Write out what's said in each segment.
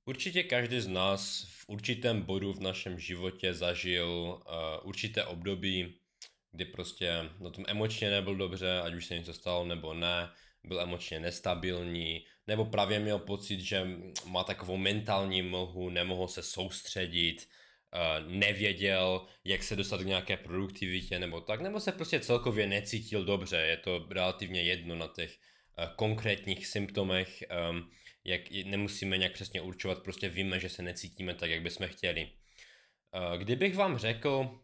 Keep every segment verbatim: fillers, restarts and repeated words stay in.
Určitě každý z nás v určitém bodu v našem životě zažil uh, určité období, kdy prostě na tom emočně nebyl dobře, ať už se něco stalo nebo ne, byl emočně nestabilní, nebo právě měl pocit, že má takovou mentální mlhu, nemohl se soustředit, uh, nevěděl, jak se dostat k nějaké produktivitě nebo tak, nebo se prostě celkově necítil dobře, je to relativně jedno na těch uh, konkrétních symptomech, um, jak nemusíme nějak přesně určovat, prostě víme, že se necítíme tak, jak bychom chtěli. Uh, kdybych vám řekl,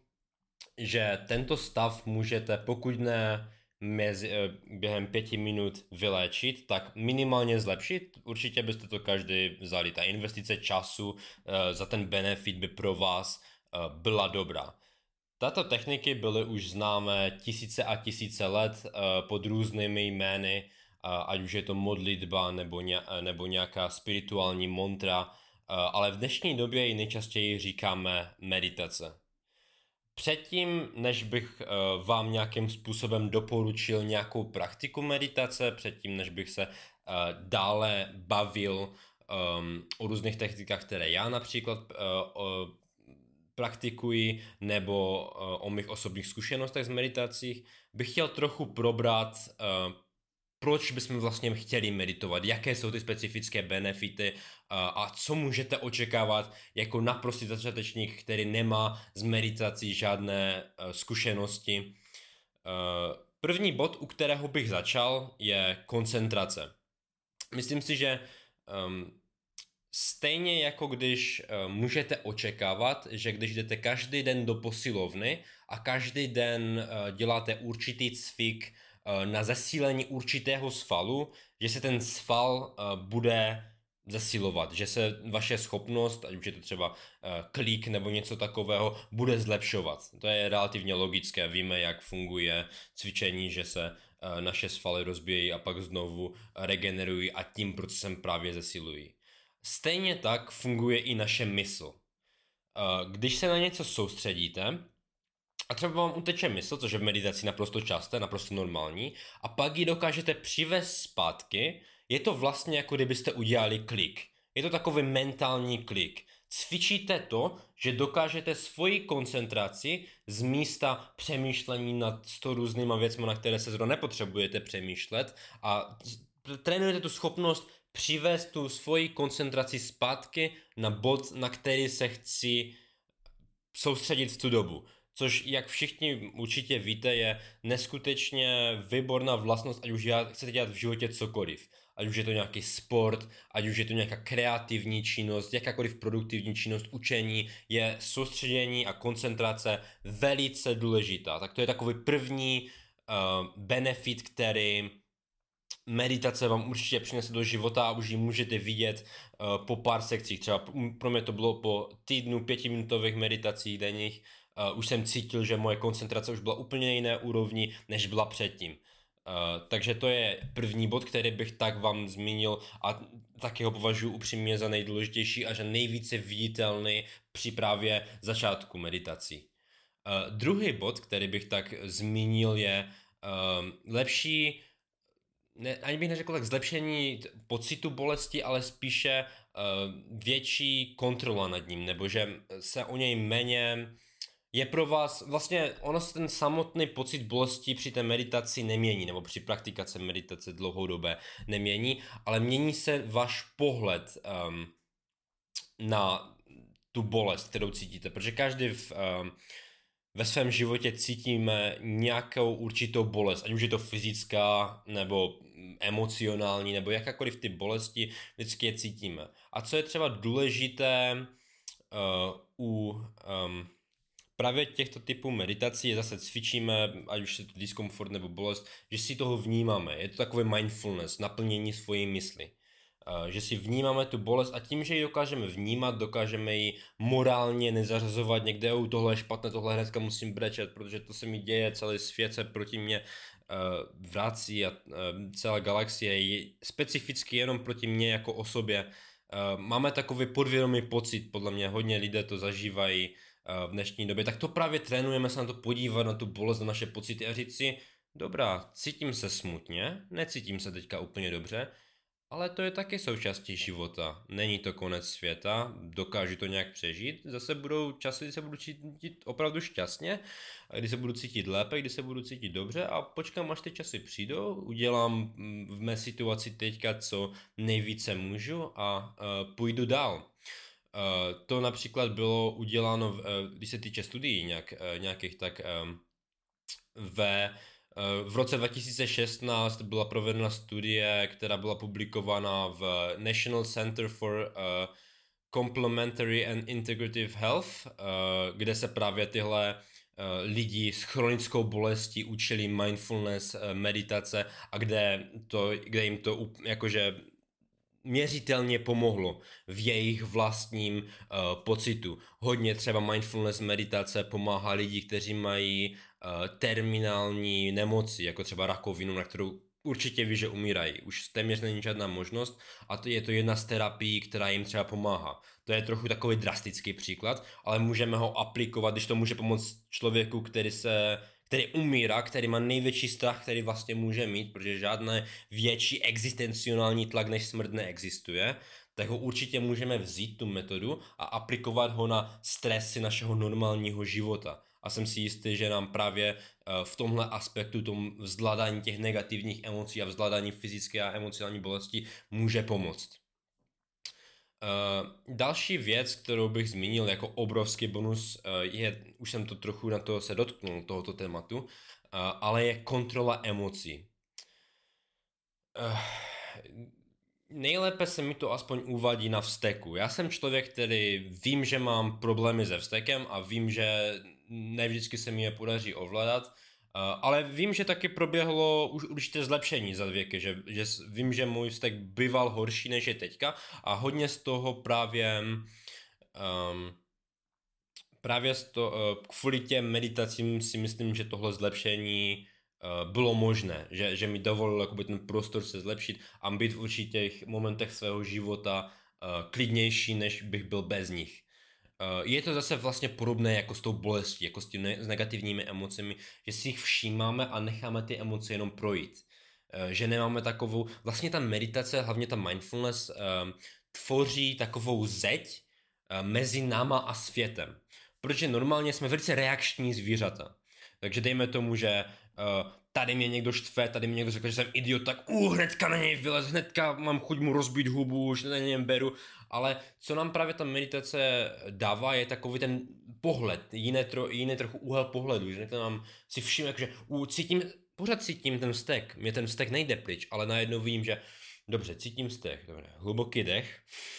že tento stav můžete, pokud ne mezi, během pěti minut vyléčit, tak minimálně zlepšit. Určitě byste to každý vzali. Ta investice času za ten benefit by pro vás byla dobrá. Tato techniky byly už známé tisíce a tisíce let pod různými jmény, ať už je to modlitba nebo, ně, nebo nějaká spirituální mantra, ale v dnešní době ji nejčastěji říkáme meditace. Předtím, než bych uh, vám nějakým způsobem doporučil nějakou praktiku meditace, předtím, než bych se uh, dále bavil um, o různých technikách, které já například uh, uh, praktikuji, nebo uh, o mých osobních zkušenostech z meditacích, bych chtěl trochu probrat, uh, proč bychom vlastně chtěli meditovat, jaké jsou ty specifické benefity a co můžete očekávat jako naprostý začátečník, který nemá z meditací žádné zkušenosti. První bod, u kterého bych začal, je koncentrace. Myslím si, že um, stejně jako když uh, můžete očekávat, že když jdete každý den do posilovny a každý den uh, děláte určitý cvik na zesílení určitého svalu, že se ten sval uh, bude zesilovat, že se vaše schopnost, ať už je to třeba uh, klik nebo něco takového, bude zlepšovat. To je relativně logické, víme, jak funguje cvičení, že se uh, naše svaly rozbíjejí a pak znovu regenerují a tím procesem právě zesilují. Stejně tak funguje i naše mysl. Uh, když se na něco soustředíte, a třeba vám uteče mysl, což je v meditaci naprosto časté, naprosto normální, a pak ji dokážete přivést zpátky, je to vlastně jako kdybyste udělali klik. Je to takový mentální klik. Cvičíte to, že dokážete svoji koncentraci z místa přemýšlení nad sto různýma věcmi, na které se zrovna nepotřebujete přemýšlet, a trénujete tu schopnost přivést tu svoji koncentraci zpátky na bod, na který se chci soustředit v tu dobu. Což, jak všichni určitě víte, je neskutečně výborná vlastnost, ať už chcete dělat v životě cokoliv. Ať už je to nějaký sport, ať už je to nějaká kreativní činnost, jakákoliv produktivní činnost, učení, je soustředění a koncentrace velice důležitá. Tak to je takový první uh, benefit, který meditace vám určitě přinese do života a už ji můžete vidět uh, po pár sekcích. Třeba pro mě to bylo po týdnu pětiminutových meditacích denních. Uh, už jsem cítil, že moje koncentrace už byla úplně jiné úrovni, než byla předtím. Uh, takže to je první bod, který bych tak vám zmínil a taky ho považuji upřímně za nejdůležitější a že nejvíce viditelný při právě začátku meditací. Uh, druhý bod, který bych tak zmínil, je uh, lepší, ne, ani bych neřekl tak zlepšení pocitu bolesti, ale spíše uh, větší kontrola nad ním, nebo že se o něj méně je pro vás, vlastně ono se ten samotný pocit bolesti při té meditaci nemění, nebo při praktikace meditace dlouhodobé nemění, ale mění se váš pohled um, na tu bolest, kterou cítíte, protože každý v, um, ve svém životě cítíme nějakou určitou bolest, ať už je to fyzická, nebo emocionální, nebo jakákoliv ty bolesti, vždycky je cítíme. A co je třeba důležité uh, u um, právě těchto typů meditací, zase cvičíme, ať už je to diskomfort nebo bolest, že si toho vnímáme. Je to takový mindfulness, naplnění svojí mysli. Uh, že si vnímáme tu bolest a tím, že ji dokážeme vnímat, dokážeme ji morálně nezařazovat někde, u tohle je špatné, tohle hnedka musím brečet, protože to se mi děje, celý svět se proti mně uh, vrací a uh, celá galaxie je specificky jenom proti mně jako osobě. Uh, máme takový podvědomý pocit, podle mě hodně lidé to zažívají uh, v dnešní době, tak to právě trénujeme se na to podívat, na tu bolest, na naše pocity a říct si, dobrá, cítím se smutně, necítím se teďka úplně dobře, ale to je taky součástí života. Není to konec světa, dokážu to nějak přežít. Zase budou časy, kdy se budu cítit opravdu šťastně, a kdy se budu cítit lépe, kdy se budu cítit dobře a počkám, až ty časy přijdou, udělám mm, v mé situaci teďka, co nejvíce můžu a uh, půjdu dál. Uh, to například bylo uděláno, v, uh, když se týče studií nějak, uh, nějakých, tak um, ve uh, v roce dva tisíce šestnáct byla provedena studie, která byla publikovaná v National Center for uh, Complementary and Integrative Health, uh, kde se právě tyhle uh, lidi s chronickou bolestí učili mindfulness, uh, meditace a kde, to, kde jim to jakože měřitelně pomohlo v jejich vlastním uh, pocitu. Hodně třeba mindfulness meditace pomáhá lidi, kteří mají uh, terminální nemoci, jako třeba rakovinu, na kterou určitě ví, že umírají. Už téměř není žádná možnost a to je to jedna z terapií, která jim třeba pomáhá. To je trochu takový drastický příklad, ale můžeme ho aplikovat, když to může pomoct člověku, který se který umírá, který má největší strach, který vlastně může mít, protože žádný větší existenciální tlak než smrt neexistuje, tak ho určitě můžeme vzít tu metodu a aplikovat ho na stresy našeho normálního života. A jsem si jistý, že nám právě v tomhle aspektu, tom zvládání těch negativních emocí a zvládání fyzické a emocionální bolesti může pomoct. Uh, další věc, kterou bych zmínil jako obrovský bonus, uh, je, už jsem to trochu na to se dotknul, tohoto tématu, uh, ale je kontrola emocí. Uh, nejlépe se mi to aspoň uvádí na vzteku. Já jsem člověk, který vím, že mám problémy se vztekem a vím, že ne vždycky se mi je podaří ovládat, Uh, ale vím, že taky proběhlo už určité zlepšení za věky, že, že vím, že můj vztek býval horší než je teďka a hodně z toho právě um, právě z to, uh, kvůli těm meditacím si myslím, že tohle zlepšení uh, bylo možné, že, že mi dovolilo jakoby ten prostor se zlepšit a být v určitých momentech svého života uh, klidnější, než bych byl bez nich. Uh, je to zase vlastně podobné jako s tou bolestí, jako s, tím ne- s negativními emocemi, že si jich všímáme a necháme ty emoce jenom projít. Uh, že nemáme takovou, vlastně ta meditace, hlavně ta mindfulness, uh, tvoří takovou zeď uh, mezi náma a světem. Protože normálně jsme velice reakční zvířata. Takže dejme tomu, že uh, tady mě někdo štve, tady mě někdo řekl, že jsem idiot, tak uh, hnedka na něj vylez, hnedka mám chuť mu rozbít hubu, už na něm beru. Ale co nám právě ta meditace dává, je takový ten pohled, jiný, tro, jiný trochu úhel pohledu, že to nám si všimne, že uh, cítím, pořád cítím ten vztek, mě ten vztek nejde pryč, ale najednou vím, že dobře, cítím vztek, dobré, hluboký dech.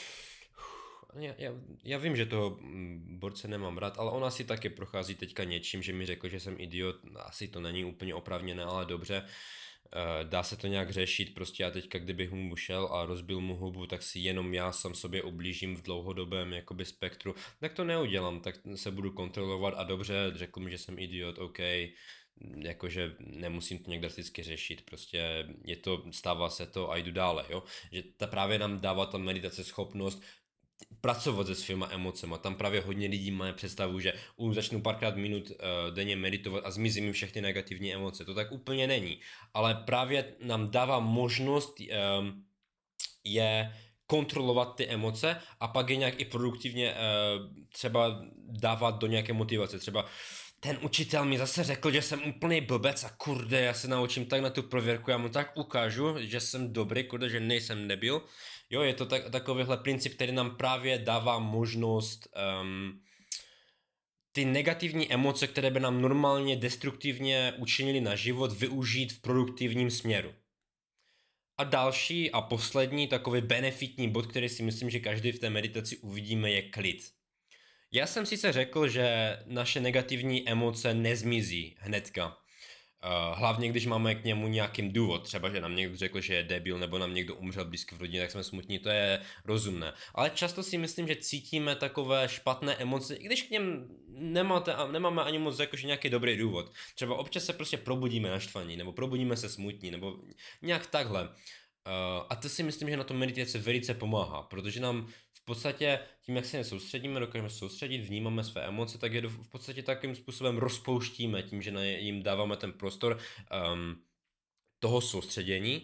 Já, já, já vím, že toho borce nemám rád, ale on asi taky prochází teďka něčím, že mi řekl, že jsem idiot, asi to není úplně oprávněné, ale dobře, dá se to nějak řešit, prostě já teďka, kdybych mu ušel a rozbil mu hubu, tak si jenom já sám sobě ublížím v dlouhodobém jakoby spektru, tak to neudělám, tak se budu kontrolovat a dobře, řekl mi, že jsem idiot, OK, jakože nemusím to nějak drasticky řešit, prostě je to, stává se to a jdu dále, jo, že ta právě nám dává ta meditace schopnost pracovat se svýma emocema. Tam právě hodně lidí má představu, že uh, začnu párkrát minut uh, denně meditovat a zmizí mi všechny negativní emoce. To tak úplně není. Ale právě nám dává možnost um, je kontrolovat ty emoce a pak je nějak i produktivně uh, třeba dávat do nějaké motivace. Třeba ten učitel mi zase řekl, že jsem úplný blbec a kurde, já se naučím tak na tu prověrku, já mu tak ukážu, že jsem dobrý, kurde, že nejsem nebyl. Jo, je to tak, takovýhle princip, který nám právě dává možnost um, ty negativní emoce, které by nám normálně destruktivně učinili na život, využít v produktivním směru. A další a poslední takový benefitní bod, který si myslím, že každý v té meditaci uvidíme, je klid. Já jsem sice řekl, že naše negativní emoce nezmizí hnedka. Uh, hlavně když máme k němu nějakým důvod, třeba že nám někdo řekl, že je debil, nebo nám někdo umřel blízko v rodině, tak jsme smutní, to je rozumné. Ale často si myslím, že cítíme takové špatné emoce, i když k něm nemáte, nemáme ani moc jakože nějaký dobrý důvod. Třeba občas se prostě probudíme naštvaní, nebo probudíme se smutní, nebo nějak takhle. Uh, a to si myslím, že na to meditace velice pomáhá, protože nám v podstatě tím, jak se soustředíme, dokážeme soustředit, vnímáme své emoce, tak je v podstatě takým způsobem rozpouštíme tím, že jim dáváme ten prostor um, toho soustředění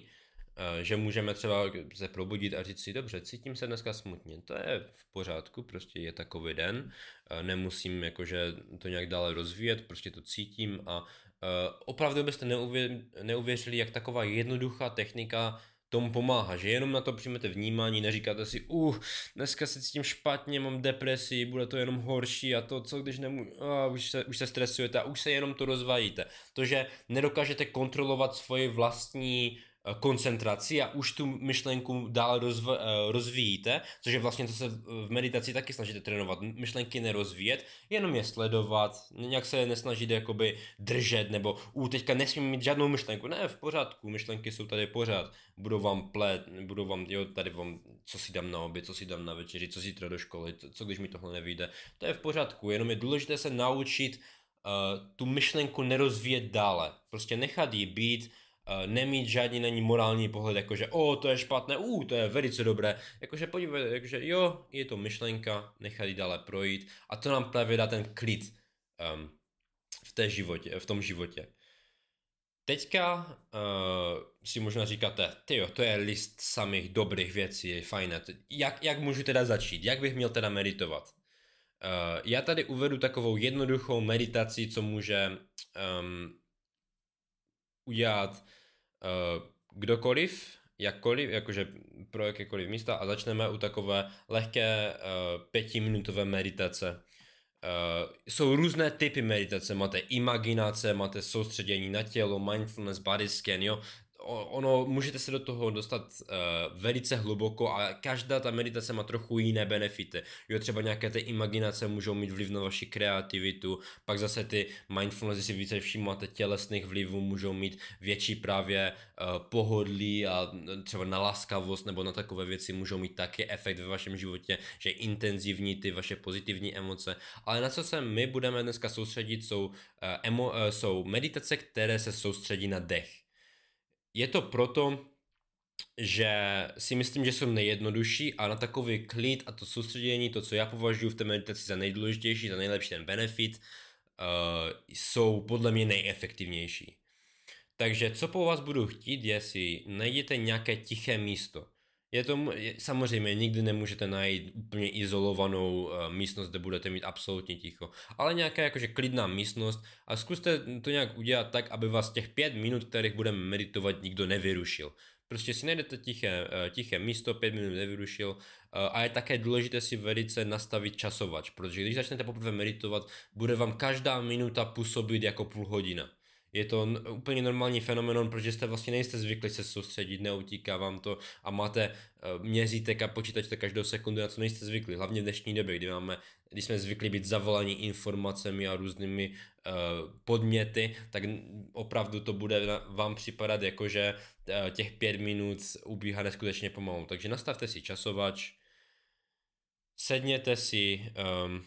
Uh, že můžeme třeba se probudit a říct si, dobře, cítím se dneska smutně, to je v pořádku, prostě je takový den, uh, nemusím jakože to nějak dále rozvíjet, prostě to cítím a uh, opravdu byste neuvě- neuvěřili, jak taková jednoduchá technika tomu pomáhá, že jenom na to přijmete vnímání, neříkáte si, uh, dneska se cítím špatně, mám depresi, bude to jenom horší a to, co když nemůžu, uh, už, se, už se stresujete a už se jenom to rozvajíte. To, že nedokážete kontrolovat svoji vlastní koncentraci a už tu myšlenku dál rozv- rozvíjíte, což je vlastně, co se v meditaci taky snažíte trénovat, myšlenky nerozvíjet, jenom je sledovat, nějak se nesnažit jakoby držet, nebo u teďka nesmím mít žádnou myšlenku, ne, v pořádku, myšlenky jsou tady pořád, budou vám plet, budou vám, jo, tady vám, co si dám na oběd, co si dám na večeři, co zítra do školy, co když mi tohle nevyjde, to je v pořádku, jenom je důležité se naučit uh, tu myšlenku nerozvíjet dále, prostě nechat ji být, Uh, nemít žádný na ní morální pohled, jakože o, to je špatné, u, to je velice dobré, jakože podívej, jakože jo, je to myšlenka, nechat ji dále projít a to nám právě dá ten klid um, v, té životě, v tom životě. Teďka uh, si možná říkáte, tyjo, to je list samých dobrých věcí, je fajné, jak, jak můžu teda začít, jak bych měl teda meditovat? Uh, já tady uvedu takovou jednoduchou meditaci, co může um, udělat uh, kdokoliv, jakkoliv, jakože pro jakékoliv místa a začneme u takové lehké uh, pětiminutové meditace. Uh, jsou různé typy meditace, máte imaginace, máte soustředění na tělo, mindfulness, body scan, jo. Ono, můžete se do toho dostat uh, velice hluboko a každá ta meditace má trochu jiné benefity. Jo, třeba nějaké ty imaginace můžou mít vliv na vaši kreativitu, pak zase ty mindfulness, jestli více všímáte tělesných vlivů, můžou mít větší právě uh, pohodlí a třeba na laskavost nebo na takové věci můžou mít taky efekt ve vašem životě, že intenzivní ty vaše pozitivní emoce. Ale na co se my budeme dneska soustředit, jsou, uh, emo, uh, jsou meditace, které se soustředí na dech. Je to proto, že si myslím, že jsou nejjednodušší a na takový klid a to soustředění, to, co já považuji v té meditaci za nejdůležitější, za nejlepší ten benefit, uh, jsou podle mě nejefektivnější. Takže co po vás budu chtít, je si najděte nějaké tiché místo. Je to, je, samozřejmě nikdy nemůžete najít úplně izolovanou uh, místnost, kde budete mít absolutně ticho, ale nějaká jakože klidná místnost a zkuste to nějak udělat tak, aby vás těch pět minut, kterých budeme meditovat, nikdo nevyrušil. Prostě si najdete tiché, uh, tiché místo, pět minut nevyrušil uh, a je také důležité si velice nastavit časovač, protože když začnete poprvé meditovat, bude vám každá minuta působit jako půl hodina. Je to n- úplně normální fenomenon, protože jste vlastně nejste zvykli se soustředit, neutíká vám to a máte uh, měřítek a počítačte každou sekundu, na co nejste zvykli. Hlavně v dnešní době, kdy máme, když jsme zvykli být zavolaní informacemi a různými uh, podměty, tak opravdu to bude na, vám připadat jako, že uh, těch pět minut ubíhá neskutečně pomalu. Takže nastavte si časovač, sedněte si, um,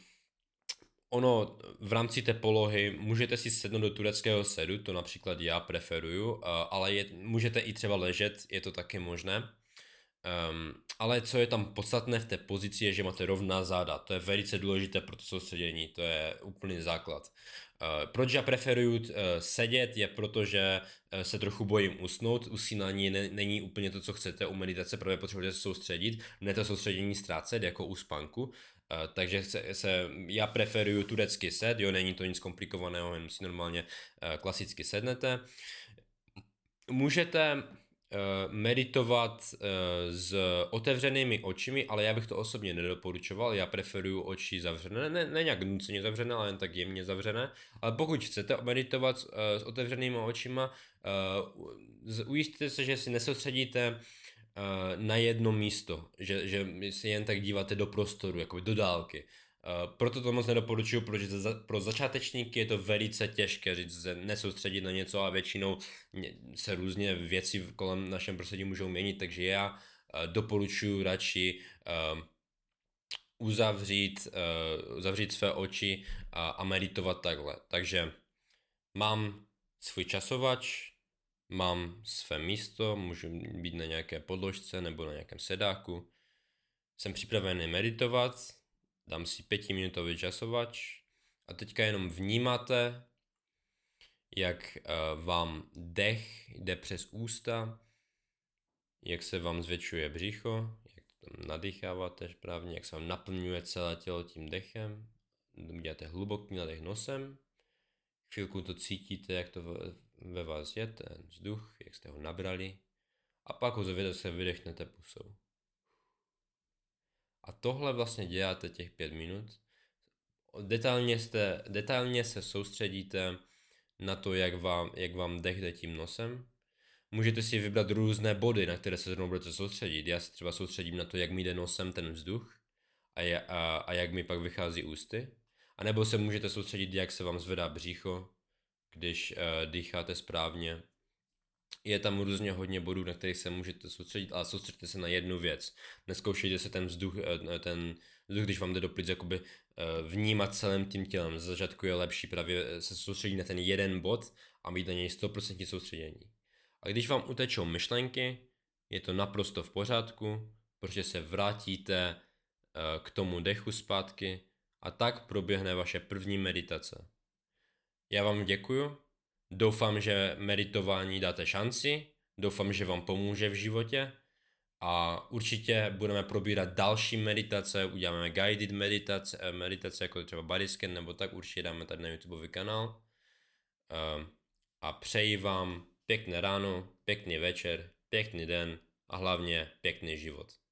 ono v rámci té polohy můžete si sednout do tureckého sedu, to například já preferuju, ale je, můžete i třeba ležet, je to také možné. Um, ale co je tam podstatné v té pozici je, že máte rovná záda, to je velice důležité pro to soustředění, to je úplný základ. Uh, proč já preferuju uh, sedět je proto, že uh, se trochu bojím usnout, usínání ne, není úplně to, co chcete u meditace, protože potřebujete se soustředit, ne to soustředění ztrácet jako u spánku. Uh, takže se, se, já preferuju turecký sed, jo, není to nic komplikovaného, jenom si normálně uh, klasicky sednete. Můžete uh, meditovat uh, s otevřenými očimi, ale já bych to osobně nedoporučoval, já preferuju oči zavřené, ne, ne nějak nuceně zavřené, ale jen tak jemně zavřené, ale pokud chcete meditovat uh, s otevřenými očima, uh, ujistíte se, že si nesoustředíte na jedno místo, že, že si jen tak díváte do prostoru, jako do dálky. Uh, proto to moc nedoporučuju, protože za, pro začátečníky je to velice těžké říct, se nesoustředit na něco a většinou se různě věci kolem našem prostředí můžou měnit, takže já uh, doporučuji radši uh, uzavřít, uh, uzavřít své oči a, a meditovat takhle. Takže mám svůj časovač, mám své místo, můžu být na nějaké podložce nebo na nějakém sedáku. Jsem připravený meditovat, dám si pětiminutový časovač a teďka jenom vnímáte, jak uh, vám dech jde přes ústa jak se vám zvětšuje břicho, jak to tam nadýcháváte správně, jak se vám naplňuje celé tělo tím dechem. Uděláte hluboký nádech nosem, chvilku to cítíte, jak to ve vás je, ten vzduch, jak jste ho nabrali, a pak ho zase vydechnete pusou. A tohle vlastně děláte těch pět minut. Detailně, jste, detailně se soustředíte na to, jak vám, jak vám dech jde tím nosem. Můžete si vybrat různé body, na které se zrovna budete soustředit. Já se třeba soustředím na to, jak mi jde nosem ten vzduch a, je, a, a jak mi pak vychází ústy. A nebo se můžete soustředit, jak se vám zvedá břicho, když uh, dýcháte správně. Je tam různě hodně bodů, na kterých se můžete soustředit, ale soustředte se na jednu věc. Neskoušejte se ten vzduch, ten vzduch, když vám jde do plic, jakoby vnímat celým tím tělem. Z začátku je lepší právě se soustředit na ten jeden bod a mít na něj sto procent soustředění. A když vám utečou myšlenky, je to naprosto v pořádku, protože se vrátíte k tomu dechu zpátky a tak proběhne vaše první meditace. Já vám děkuju. Doufám, že meditování dáte šanci, doufám, že vám pomůže v životě a určitě budeme probírat další meditace, uděláme guided meditace, meditace jako třeba body scan nebo tak, určitě dáme tady na YouTubeový kanál. A přeji vám pěkné ráno, pěkný večer, pěkný den a hlavně pěkný život.